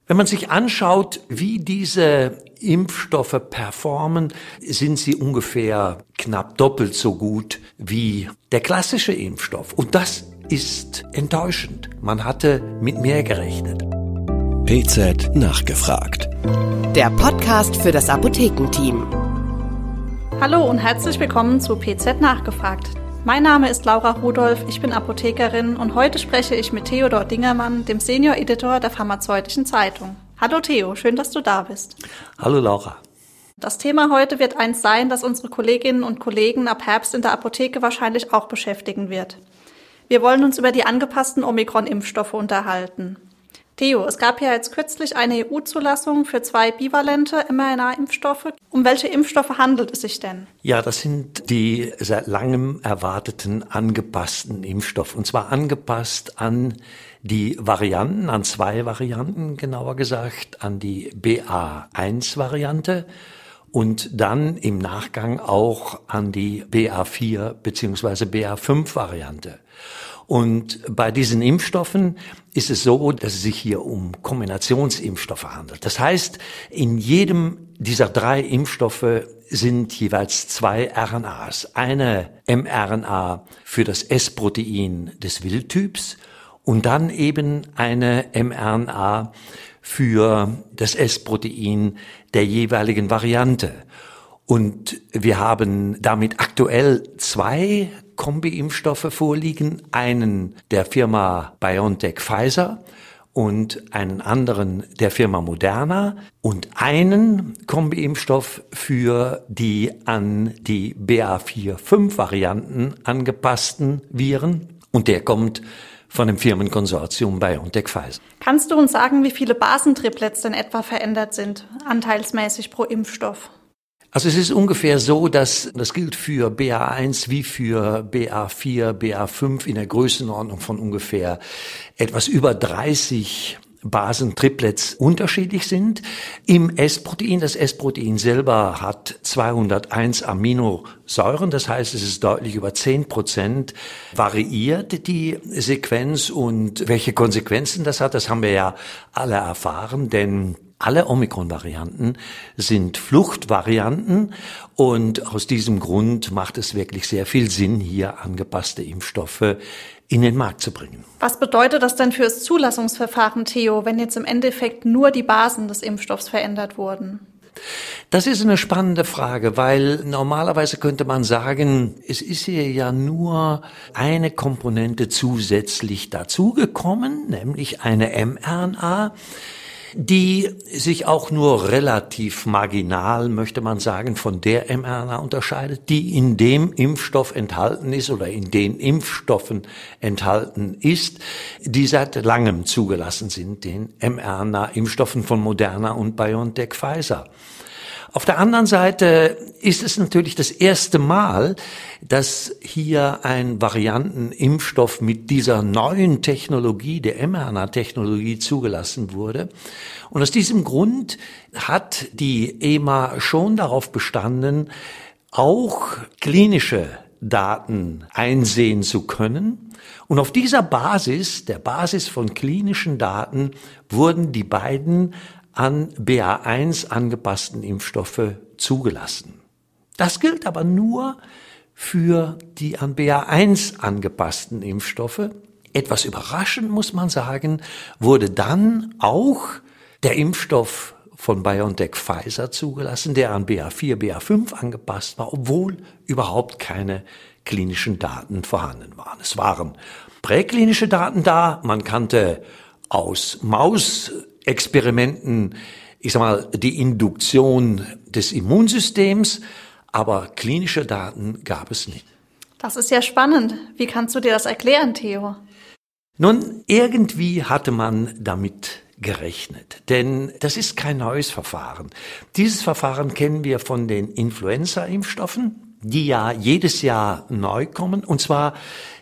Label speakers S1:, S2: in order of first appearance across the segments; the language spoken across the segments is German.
S1: Wenn man sich anschaut, wie diese Impfstoffe performen, sind sie ungefähr knapp doppelt so gut wie der klassische Impfstoff. Und das ist enttäuschend. Man hatte mit mehr gerechnet.
S2: PZ nachgefragt.
S3: Der Podcast für das Apothekenteam.
S4: Hallo und herzlich willkommen zu PZ nachgefragt. Mein Name ist Laura Rudolph, ich bin Apothekerin und heute spreche ich mit Theodor Dingermann, dem Senior Editor der Pharmazeutischen Zeitung. Hallo Theo, schön, dass du da bist.
S1: Hallo Laura.
S4: Das Thema heute wird eins sein, das unsere Kolleginnen und Kollegen ab Herbst in der Apotheke wahrscheinlich auch beschäftigen wird. Wir wollen uns über die angepassten Omikron-Impfstoffe unterhalten. Theo, es gab ja jetzt kürzlich eine EU-Zulassung für 2 bivalente mRNA-Impfstoffe. Um welche Impfstoffe handelt es sich denn?
S1: Ja, das sind die seit langem erwarteten angepassten Impfstoffe. Und zwar angepasst an die Varianten, an 2 Varianten genauer gesagt, an die BA1-Variante und dann im Nachgang auch an die BA4 bzw. BA5-Variante. Und bei diesen Impfstoffen ist es so, dass es sich hier um Kombinationsimpfstoffe handelt. Das heißt, in jedem dieser 3 Impfstoffe sind jeweils 2 RNAs. Eine mRNA für das S-Protein des Wildtyps und dann eben eine mRNA für das S-Protein der jeweiligen Variante. Und wir haben damit aktuell 2 Kombi-Impfstoffe vorliegen, einen der Firma BioNTech-Pfizer und einen anderen der Firma Moderna und einen Kombi-Impfstoff für die an die BA4-5-Varianten angepassten Viren und der kommt von dem Firmenkonsortium BioNTech-Pfizer.
S4: Kannst du uns sagen, wie viele Basentriplets denn etwa verändert sind, anteilsmäßig pro Impfstoff?
S1: Also es ist ungefähr so, dass das gilt für BA1 wie für BA4, BA5 in der Größenordnung von ungefähr etwas über 30 Basentriplets unterschiedlich sind. Im S-Protein, das S-Protein selber hat 201 Aminosäuren, das heißt, es ist deutlich über 10% variiert die Sequenz und welche Konsequenzen das hat, das haben wir ja alle erfahren, denn alle Omikron-Varianten sind Fluchtvarianten und aus diesem Grund macht es wirklich sehr viel Sinn, hier angepasste Impfstoffe in den Markt zu bringen.
S4: Was bedeutet das denn für das Zulassungsverfahren, Theo, wenn jetzt im Endeffekt nur die Basen des Impfstoffs verändert wurden?
S1: Das ist eine spannende Frage, weil normalerweise könnte man sagen, es ist hier ja nur eine Komponente zusätzlich dazugekommen, nämlich eine mRNA, die sich auch nur relativ marginal, möchte man sagen, von der mRNA unterscheidet, die in dem Impfstoff enthalten ist oder in den Impfstoffen enthalten ist, die seit langem zugelassen sind, den mRNA-Impfstoffen von Moderna und BioNTech-Pfizer. Auf der anderen Seite ist es natürlich das erste Mal, dass hier ein Variantenimpfstoff mit dieser neuen Technologie, der mRNA-Technologie, zugelassen wurde. Und aus diesem Grund hat die EMA schon darauf bestanden, auch klinische Daten einsehen zu können. Und auf dieser Basis, der Basis von klinischen Daten, wurden die beiden an BA1 angepassten Impfstoffe zugelassen. Das gilt aber nur für die an BA1 angepassten Impfstoffe. Etwas überraschend, muss man sagen, wurde dann auch der Impfstoff von BioNTech-Pfizer zugelassen, der an BA4, BA5 angepasst war, obwohl überhaupt keine klinischen Daten vorhanden waren. Es waren präklinische Daten da, man kannte aus Mausexperimenten, die Induktion des Immunsystems, aber klinische Daten gab es nicht.
S4: Das ist ja spannend. Wie kannst du dir das erklären, Theo?
S1: Nun, irgendwie hatte man damit gerechnet, denn das ist kein neues Verfahren. Dieses Verfahren kennen wir von den Influenza-Impfstoffen, die ja jedes Jahr neu kommen, und zwar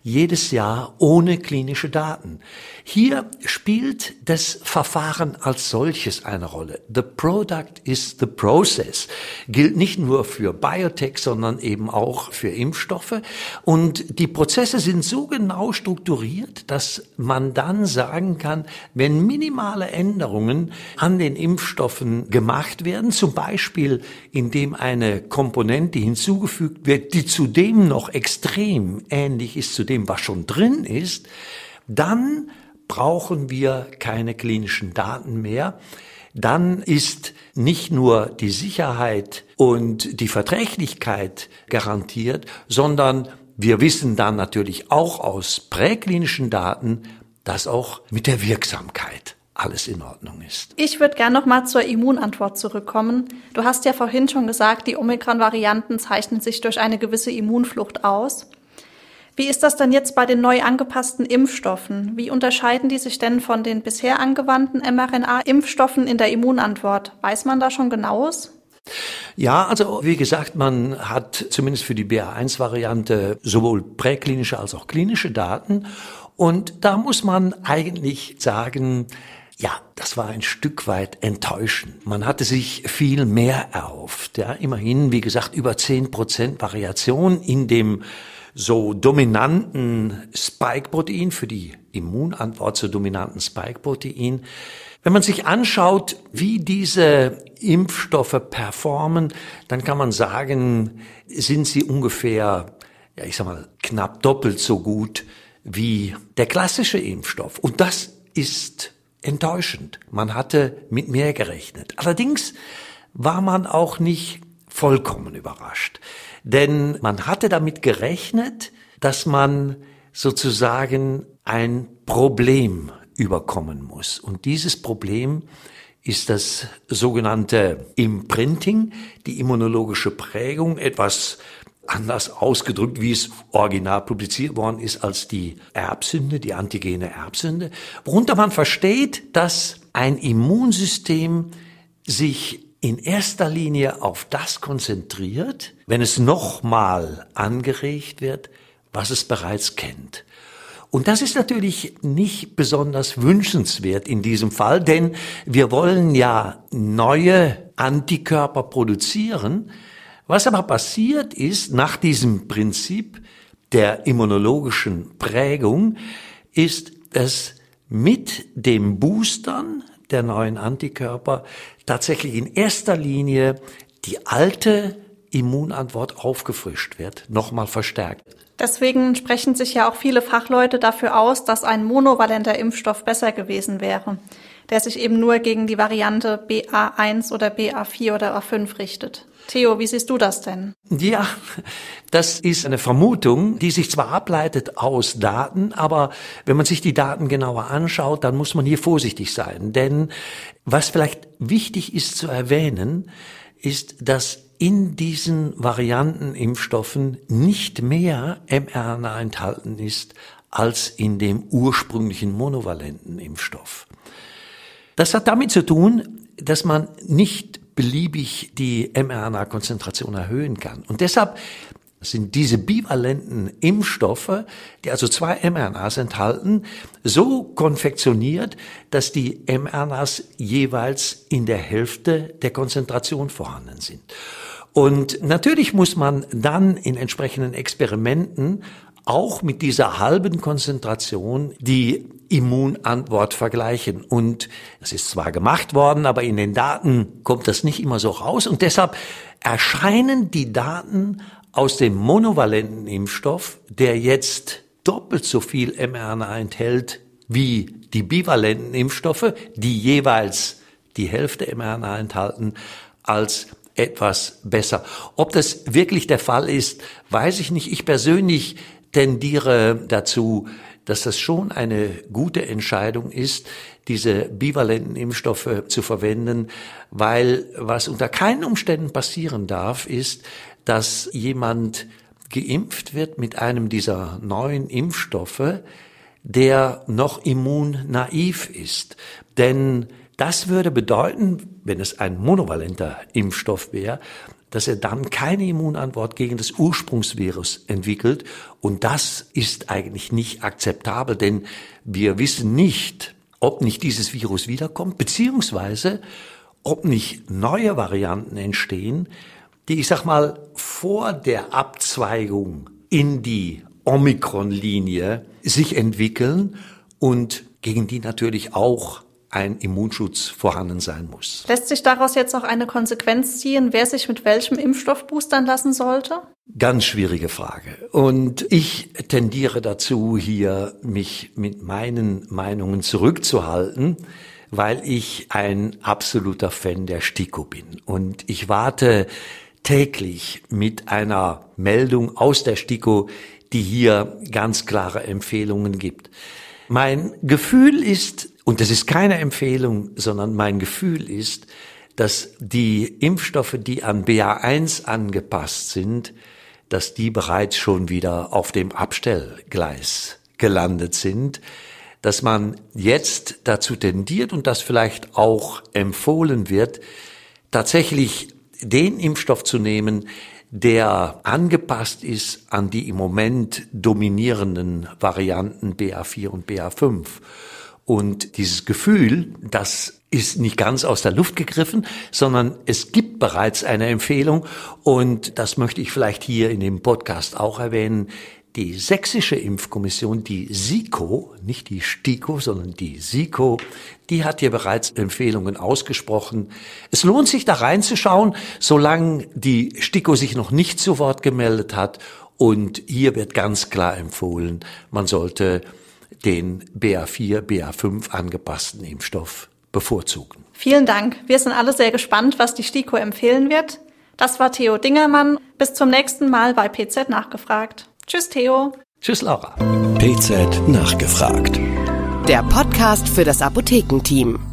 S1: jedes Jahr ohne klinische Daten. Hier spielt das Verfahren als solches eine Rolle. The product is the process. Gilt nicht nur für Biotech, sondern eben auch für Impfstoffe. Und die Prozesse sind so genau strukturiert, dass man dann sagen kann, wenn minimale Änderungen an den Impfstoffen gemacht werden, zum Beispiel indem eine Komponente hinzugefügt wird, die zudem noch extrem ähnlich ist zu dem, was schon drin ist, dann brauchen wir keine klinischen Daten mehr. Dann ist nicht nur die Sicherheit und die Verträglichkeit garantiert, sondern wir wissen dann natürlich auch aus präklinischen Daten, dass auch mit der Wirksamkeit alles in Ordnung ist.
S4: Ich würde gerne noch mal zur Immunantwort zurückkommen. Du hast ja vorhin schon gesagt, die Omikron-Varianten zeichnen sich durch eine gewisse Immunflucht aus. Wie ist das denn jetzt bei den neu angepassten Impfstoffen? Wie unterscheiden die sich denn von den bisher angewandten mRNA-Impfstoffen in der Immunantwort? Weiß man da schon Genaues?
S1: Ja, also wie gesagt, man hat zumindest für die BA1-Variante sowohl präklinische als auch klinische Daten. Und da muss man eigentlich sagen, ja, das war ein Stück weit enttäuschend. Man hatte sich viel mehr erhofft. Ja, immerhin, wie gesagt, über 10% Variation in dem so dominanten Spike-Protein, für die Immunantwort zur dominanten Spike-Protein. Wenn man sich anschaut, wie diese Impfstoffe performen, dann kann man sagen, sind sie ungefähr, ja, ich sag mal, knapp doppelt so gut wie der klassische Impfstoff. Und das ist enttäuschend. Man hatte mit mehr gerechnet. Allerdings war man auch nicht vollkommen überrascht. Denn man hatte damit gerechnet, dass man sozusagen ein Problem überkommen muss. Und dieses Problem ist das sogenannte Imprinting, die immunologische Prägung, etwas anders ausgedrückt, wie es original publiziert worden ist, als die Erbsünde, die antigene Erbsünde, worunter man versteht, dass ein Immunsystem sich in erster Linie auf das konzentriert, wenn es nochmal angeregt wird, was es bereits kennt. Und das ist natürlich nicht besonders wünschenswert in diesem Fall, denn wir wollen ja neue Antikörper produzieren. Was aber passiert ist, nach diesem Prinzip der immunologischen Prägung, ist, dass mit dem Boostern der neuen Antikörper tatsächlich in erster Linie die alte Immunantwort aufgefrischt wird, nochmal verstärkt.
S4: Deswegen sprechen sich ja auch viele Fachleute dafür aus, dass ein monovalenter Impfstoff besser gewesen wäre, der sich eben nur gegen die Variante BA1 oder BA4 oder A5 richtet. Theo, wie siehst du das denn?
S1: Ja, das ist eine Vermutung, die sich zwar ableitet aus Daten, aber wenn man sich die Daten genauer anschaut, dann muss man hier vorsichtig sein. Denn was vielleicht wichtig ist zu erwähnen, ist, dass in diesen Variantenimpfstoffen nicht mehr mRNA enthalten ist als in dem ursprünglichen monovalenten Impfstoff. Das hat damit zu tun, dass man nicht beliebig die mRNA-Konzentration erhöhen kann. Und deshalb sind diese bivalenten Impfstoffe, die also 2 mRNAs enthalten, so konfektioniert, dass die mRNAs jeweils in der Hälfte der Konzentration vorhanden sind. Und natürlich muss man dann in entsprechenden Experimenten auch mit dieser halben Konzentration die Immunantwort vergleichen. Und das ist zwar gemacht worden, aber in den Daten kommt das nicht immer so raus. Und deshalb erscheinen die Daten aus dem monovalenten Impfstoff, der jetzt doppelt so viel mRNA enthält wie die bivalenten Impfstoffe, die jeweils die Hälfte mRNA enthalten, als etwas besser. Ob das wirklich der Fall ist, weiß ich nicht. Ich persönlich tendiere dazu, dass das schon eine gute Entscheidung ist, diese bivalenten Impfstoffe zu verwenden, weil was unter keinen Umständen passieren darf, ist, dass jemand geimpft wird mit einem dieser neuen Impfstoffe, der noch immunnaiv ist. Denn das würde bedeuten, wenn es ein monovalenter Impfstoff wäre, dass er dann keine Immunantwort gegen das Ursprungsvirus entwickelt. Und das ist eigentlich nicht akzeptabel, denn wir wissen nicht, ob nicht dieses Virus wiederkommt, beziehungsweise ob nicht neue Varianten entstehen, die, ich sag mal, vor der Abzweigung in die Omikron-Linie sich entwickeln und gegen die natürlich auch ein Immunschutz vorhanden sein muss.
S4: Lässt sich daraus jetzt auch eine Konsequenz ziehen, wer sich mit welchem Impfstoff boostern lassen sollte?
S1: Ganz schwierige Frage. Und ich tendiere dazu, hier mich mit meinen Meinungen zurückzuhalten, weil ich ein absoluter Fan der STIKO bin. Und ich warte täglich mit einer Meldung aus der STIKO, die hier ganz klare Empfehlungen gibt. Mein Gefühl ist, und das ist keine Empfehlung, sondern mein Gefühl ist, dass die Impfstoffe, die an BA1 angepasst sind, dass die bereits schon wieder auf dem Abstellgleis gelandet sind, dass man jetzt dazu tendiert und das vielleicht auch empfohlen wird, tatsächlich den Impfstoff zu nehmen, der angepasst ist an die im Moment dominierenden Varianten BA4 und BA5. Und dieses Gefühl, das ist nicht ganz aus der Luft gegriffen, sondern es gibt bereits eine Empfehlung und das möchte ich vielleicht hier in dem Podcast auch erwähnen. Die sächsische Impfkommission, die SIKO, nicht die STIKO, sondern die SIKO, die hat hier bereits Empfehlungen ausgesprochen. Es lohnt sich da reinzuschauen, solange die STIKO sich noch nicht zu Wort gemeldet hat. Und hier wird ganz klar empfohlen, man sollte den BA4, BA5 angepassten Impfstoff bevorzugen.
S4: Vielen Dank. Wir sind alle sehr gespannt, was die STIKO empfehlen wird. Das war Theo Dingermann. Bis zum nächsten Mal bei PZ Nachgefragt. Tschüss, Theo.
S1: Tschüss, Laura.
S2: PZ Nachgefragt.
S3: Der Podcast für das Apothekenteam.